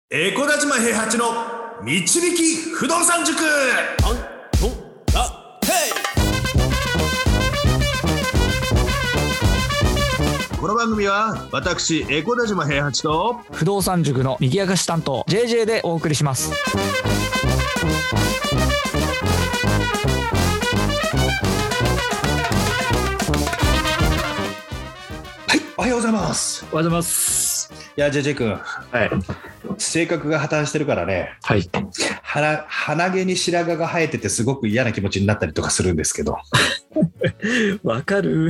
エコダ島平八の導き不動産塾。この番組は私エコダ島平八と不動産塾の右明かし担当 JJ でお送りします。 はい、おはようございます。 おはようございます。 いや JJ 君、 はい、 性格が破綻してるからね、 はい、 鼻毛に白髪が生えててすごく嫌な気持ちになったりとかするんですけどわかる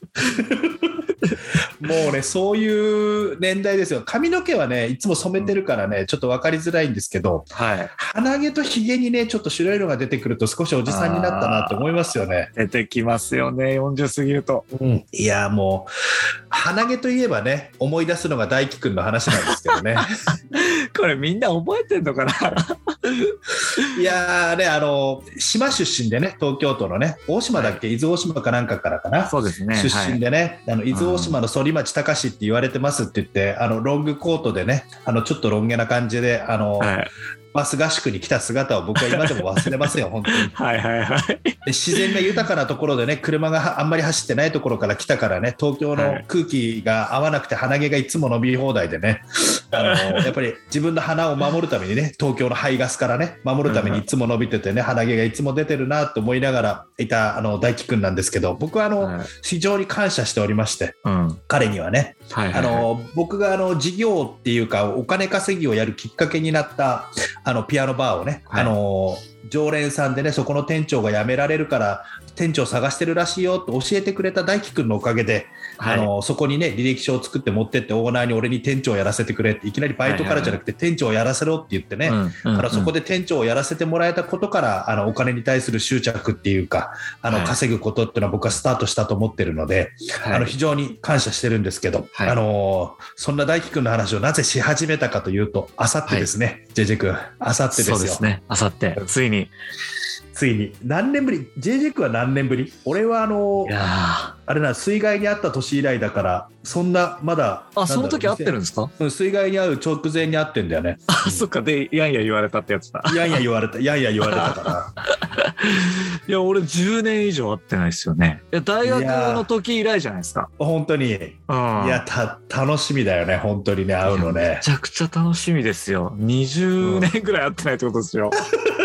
もうね、そういう年代ですよ。髪の毛はね、いつも染めてるからね、ちょっと分かりづらいんですけど、 はい、 鼻毛とひげにね、ちょっと白いのが出てくると少しおじさんになったなって思いますよね。 出てきますよね、40過ぎると。 いやもう鼻毛といえばね、思い出すのが大輝くんの話なんですけどねこれみんな覚えてんのかないやね、島出身でね、東京都のね、大島だっけ、伊豆大島かなんかからかな、 そうですね、 出身でね、伊豆大島の反町隆史って言われてますって言って、ロングコートでね、ちょっとロン毛な感じでバス合宿に来た姿を僕は今でも忘れませんよ本当にはいはいはい。 自然が豊かなところでね、車があんまり走ってないところから来たからね、東京の空気が合わなくて鼻毛がいつも伸び放題でね、やっぱり自分の鼻を守るためにね、東京の排ガスからね守るためにいつも伸びててね、鼻毛がいつも出てるなと思いながらいた大輝くんなんですけど、僕は非常に感謝しておりまして、彼にはね、僕が事業っていうかお金稼ぎをやるきっかけになったピアノバーをね、常連さんでね、そこの店長が辞められるから店長探してるらしいよって教えてくれた大輝くんのおかげで、そこにね履歴書を作って持ってって、オーナーに俺に店長をやらせてくれって、いきなりバイトからじゃなくて店長をやらせろって言ってね、そこで店長をやらせてもらえたことからお金に対する執着っていうか稼ぐことっていうのは僕はスタートしたと思ってるので、非常に感謝してるんですけど、そんな大輝くんの話をなぜし始めたかというと、あさってですね、JJ くん、あさってですよ。 そうですね、あさってついに何年ぶり？ JJ 君は何年ぶり？俺はあれな、水害に遭った年以来だから、そんなまだその時会ってるんですか？ 水害に遭う直前に会ってんだよね。 そっか。でやんや言われたってやつだ。 やんや言われたからいや俺10年以上会ってないですよね。大学の時以来じゃないですか。 本当に、いや楽しみだよね、本当にね、会うのね。 めちゃくちゃ楽しみですよ。20年ぐらい会ってないってことですよ。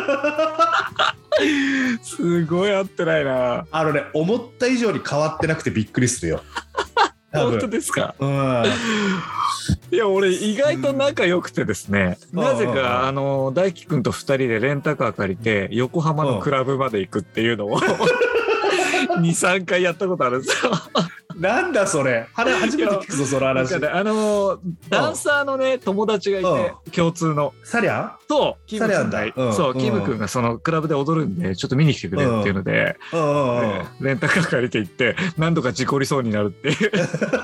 すごい会ってないな。 思った以上に変わってなくてびっくりするよ。 本当ですか？いや俺意外と仲良くてですね、なぜか大輝くんと2人でレンタカー借りて横浜のクラブまで行くっていうのを2、3回やったことあるんですよ。 なんだそれ、初めて聞くぞその話。 ダンサーのね友達がいて、共通のサリャンとキム君が、そうキム君がそのクラブで踊るんでちょっと見に来てくれっていうので、レンタカー借りて行って何度か事故りそうになるっていう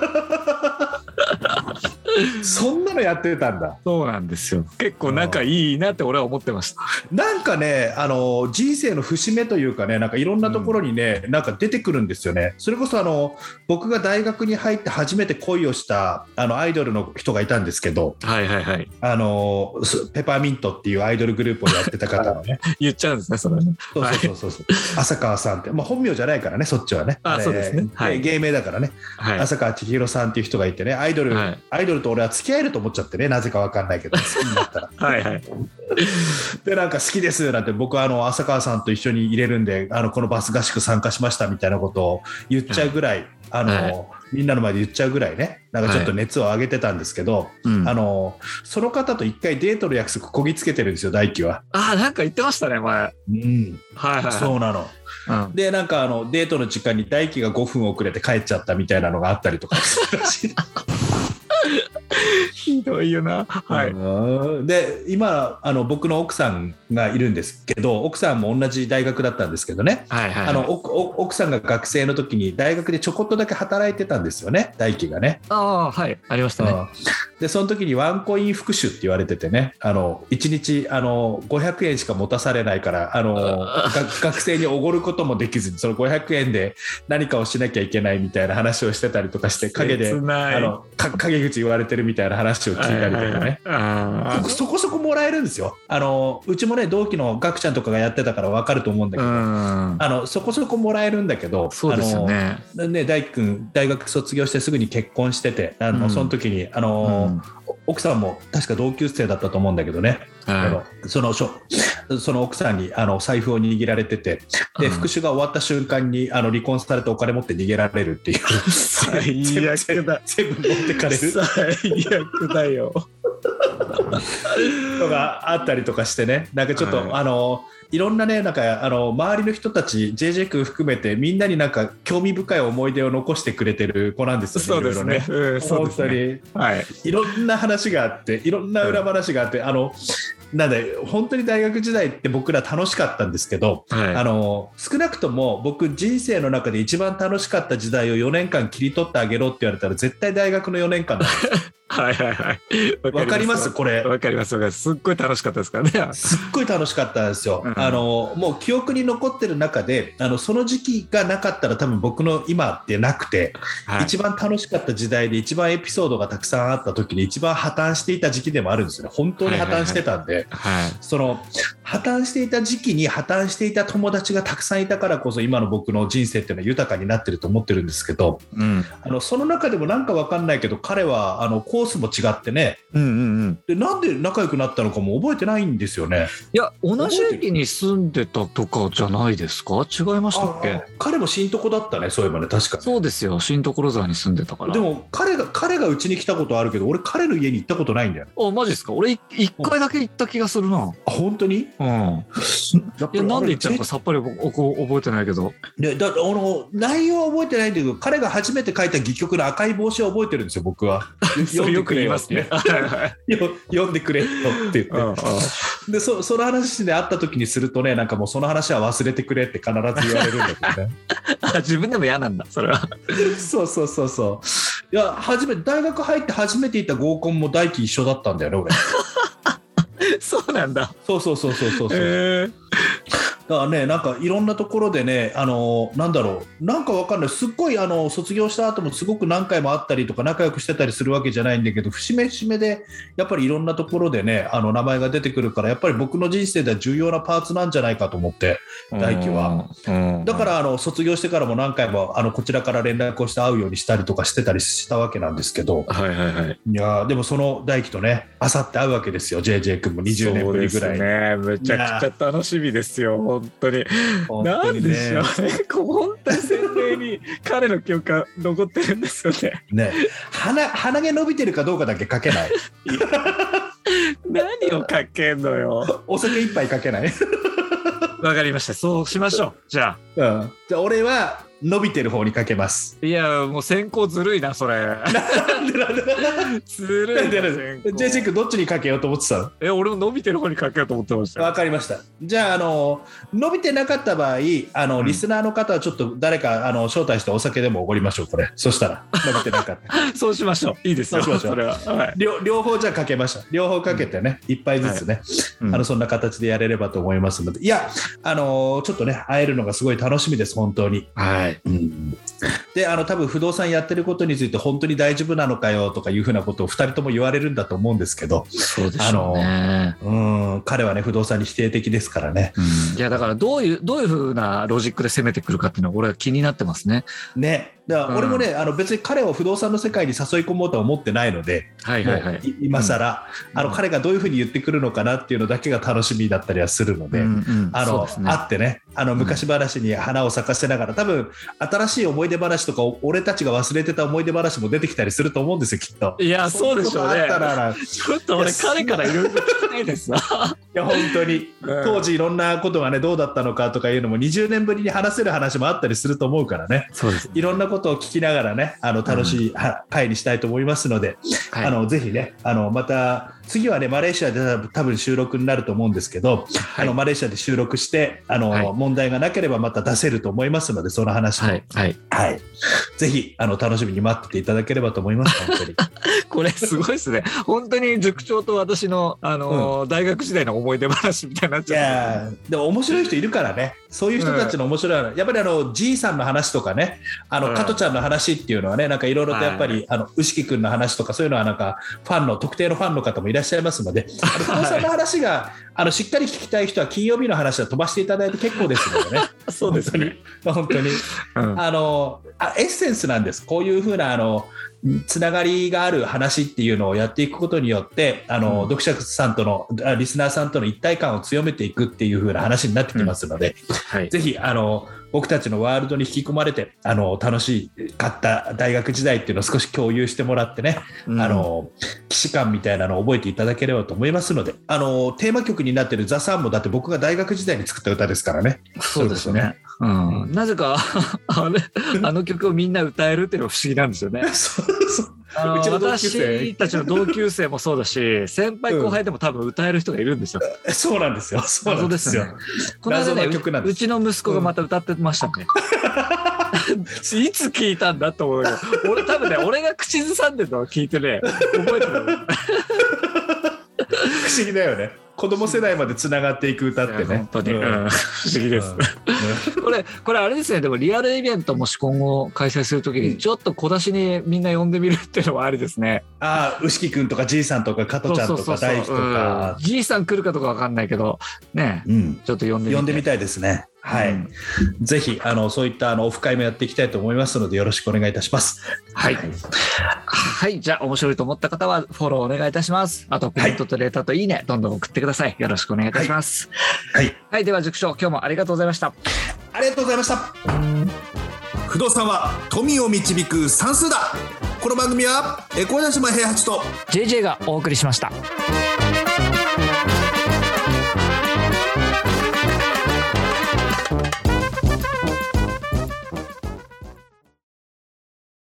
そんなのやってたんだ。 そうなんですよ。結構仲いいなって俺は思ってました。 なんかね、人生の節目というかね、なんかいろんなところにね、なんか出てくるんですよね。それこそ僕が大学に入って初めて恋をしたアイドルの人がいたんですけど、ペパーミントっていうアイドルグループをやってた方のね言っちゃうんですね、それね。 そう浅川さんって、本名じゃないからね、そっちはね。 そうですね。 芸名だからね。浅川千尋さんっていう人がいてね、アイドルと俺は付き合えると思っちゃってね、なぜか分かんないけど好きになったらでなんか好きですなんて、僕は浅川さんと一緒に入れるんでこのバス合宿参加しましたみたいなことを言っちゃうぐらい、みんなの前で言っちゃうぐらいね、なんかちょっと熱を上げてたんですけど、その方と一回デートの約束こぎつけてるんですよ、大輝は。 なんか言ってましたね前。 そうなの。でなんかデートの時間に大輝が5分遅れて帰っちゃったみたいなのがあったりとかするらしいひどいよな。 で今僕の奥さんがいるんですけど、奥さんも同じ大学だったんですけどね、奥さんが学生の時に大学でちょこっとだけ働いてたんですよね、大輝がね。 ありましたね。 でその時にワンコイン復習って言われててね、1日500円しか持たされないから学生におごることもできずに、その500円で何かをしなきゃいけないみたいな話をしてたりとかして、陰で陰口言われてるみみたいな話を聞いたりとかね、そこそこもらえるんですよ。うちもね同期のガクちゃんとかがやってたから分かると思うんだけど、そこそこもらえるんだけど、 そうですよね。 大輝くん大学卒業してすぐに結婚してて、その時に奥さんも確か同級生だったと思うんだけどね、その奥さんに財布を握られてて、で復讐が終わった瞬間に離婚されてお金持って逃げられるっていう最悪だ。 全部持ってかれる最悪だよのがあったりとかしてね、なんかちょっと、いろんなね、なんか周りの人たち JJ 君含めてみんなになんか興味深い思い出を残してくれてる子なんですよね。 そうですね。 本当に、いろんな話があって、いろんな裏話があって、なんで本当に大学時代って僕ら楽しかったんですけど、少なくとも僕人生の中で一番楽しかった時代を4年間切り取ってあげろって言われたら絶対大学の4年間なんですよ。 はいはいはい。 わかりますこれ。 わかります。すっごい楽しかったですからね。 すっごい楽しかったんですよ。もう記憶に残ってる中でその時期がなかったら多分僕の今ってなくて、一番楽しかった時代で一番エピソードがたくさんあった時に一番破綻していた時期でもあるんですよね。本当に破綻してたんで、その破綻していた時期に破綻していた友達がたくさんいたからこそ今の僕の人生っていうのは豊かになってると思ってるんですけど、その中でもなんか分かんないけど彼はコースも違ってね、でなんで仲良くなったのかも覚えてないんですよね。 いや同じ駅に住んでたとかじゃないですか？違いましたっけ？ 彼も新床だったね、そういえばね。確かにそうですよ、新所沢に住んでたから。 でも彼がうちに来たことあるけど俺彼の家に行ったことないんだよ。 あ、マジですか？俺1回だけ行った気がするな。本当に？ いやなんで行ったのかさっぱり覚えてないけど、 内容は覚えてないんだけど彼が初めて書いた戯曲の赤い帽子を覚えてるんですよ僕は。 よく言いますね。 読んでくれよって言って、でその話で会った時にするとね、なんかもうその話は忘れてくれって必ず言われるんだけどね。 自分でも嫌なんだそれは。 そういや大学入って初めて行った合コンも大輝一緒だったんだよね俺。 そうなんだ。 そう。だからね、なんかいろんなところでね、なんだろう、なんかわかんない、すっごい卒業した後もすごく何回も会ったりとか仲良くしてたりするわけじゃないんだけど、節目節目でやっぱりいろんなところでね名前が出てくるから、やっぱり僕の人生では重要なパーツなんじゃないかと思って、大輝は。だから卒業してからも何回もこちらから連絡をして会うようにしたりとかしてたりしたわけなんですけど、 いやでもその大輝とねあさって会うわけですよ。 JJ 君も20年ぶりぐらい。 そうですね、めちゃくちゃ楽しみですよ本当に。なんでしょうね、本当に鮮明に彼の記憶が残ってるんですよね。 鼻毛伸びてるかどうかだけかけない。 何をかけんのよ。 お酒一杯かけない。 わかりました、そうしましょう。じゃあ俺は伸びてる方にかけます。 いやもう先行ずるいなそれ。なんでずるいな。 JJ 君どっちにかけようと思ってたの？ 俺も伸びてる方にかけようと思ってました。 わかりました。じゃあ伸びてなかった場合リスナーの方はちょっと誰か招待してお酒でもおごりましょう。これそしたら伸びてなかったそうしましょう。いいですよ。それは、 両方じゃあかけました。両方かけてね、一杯ずつね、そんな形でやれればと思いますので、いやちょっとね会えるのがすごい楽しみです本当に。で多分不動産やってることについて本当に大丈夫なのかよとかいうふうなことを2人とも言われるんだと思うんですけど、 そうでしょうね。 彼はね不動産に否定的ですからね。 いやだからどういうふうなロジックで攻めてくるかっていうのは俺は気になってますね。 だから俺もね、別に彼を不動産の世界に誘い込もうとは思ってないので、今更彼がどういうふうに言ってくるのかなっていうのだけが楽しみだったりはするので、会ってね昔話に花を咲かせながら、多分新しい思い出話とか俺たちが忘れてた思い出話も出てきたりすると思うんですよきっと。 いやそうでしょうね。ちょっと俺彼からいろいろ聞きたいですわ。 いや本当に当時いろんなことがねどうだったのかとかいうのも20年ぶりに話せる話もあったりすると思うからね。 そうですね。 いろんなことを聞きながらね楽しい回にしたいと思いますので、ぜひねまた次はねマレーシアで多分収録になると思うんですけど、マレーシアで収録して問題がなければまた出せると思いますので、その話もぜひ楽しみに待ってていただければと思います。本当にこれすごいですね。本当に塾長と私の大学時代の思い出話みたいになっちゃう。 いやでも面白い人いるからね、そういう人たちの面白いのは、やっぱりじいさんの話とかね、加トちゃんの話っていうのはね、なんかいろいろとやっぱり、牛木くんの話とかそういうのはなんか特定のファンの方もいらっしゃいますので、不動産の話がしっかり聞きたい人は金曜日の話は飛ばしていただいて結構ですのでね。 そうですね。 本当に、エッセンスなんです。こういう風なつながりがある話っていうのをやっていくことによって読者さんとのリスナーさんとの一体感を強めていくっていう風な話になってきますので、ぜひ僕たちのワールドに引き込まれて楽しかった大学時代っていうのを少し共有してもらってね、既視感みたいなのを覚えていただければと思いますので、テーマ曲になってるザ・サンもだって僕が大学時代に作った歌ですからね。 そうですね。なぜかあの曲をみんな歌えるっていうのが不思議なんですよね。私たちの同級生もそうだし、先輩後輩でも多分歌える人がいるんですよ。 そうなんですよ。そうなんですよ。 この間ね、うちの息子がまた歌ってましたね。いつ聞いたんだと思うよ。俺多分ね、俺が口ずさんでるのを聞いてね、覚えてる。 不思議だよね。子供世代までつながっていく歌ってね。 本当に、不思議です。これあれですね。でもリアルイベントもし今後開催するときにちょっと小出しにみんな呼んでみるっていうのはありですね。 牛木くんとかじいさんとか加トちゃんとか大輝とか、 じいさん来るかとかわかんないけどね、ちょっと呼んでみたいですね。はい、ぜひそういったオフ会もやっていきたいと思いますのでよろしくお願いいたします。 はい、はい、じゃあ面白いと思った方はフォローお願いいたします。あとコメントとレーターといいね、どんどん送ってください。よろしくお願いいたします。はい、はい、では塾長、今日もありがとうございました。 ありがとうございました。不動産は富を導く算数だ。この番組は小林島平八と JJ がお送りしました。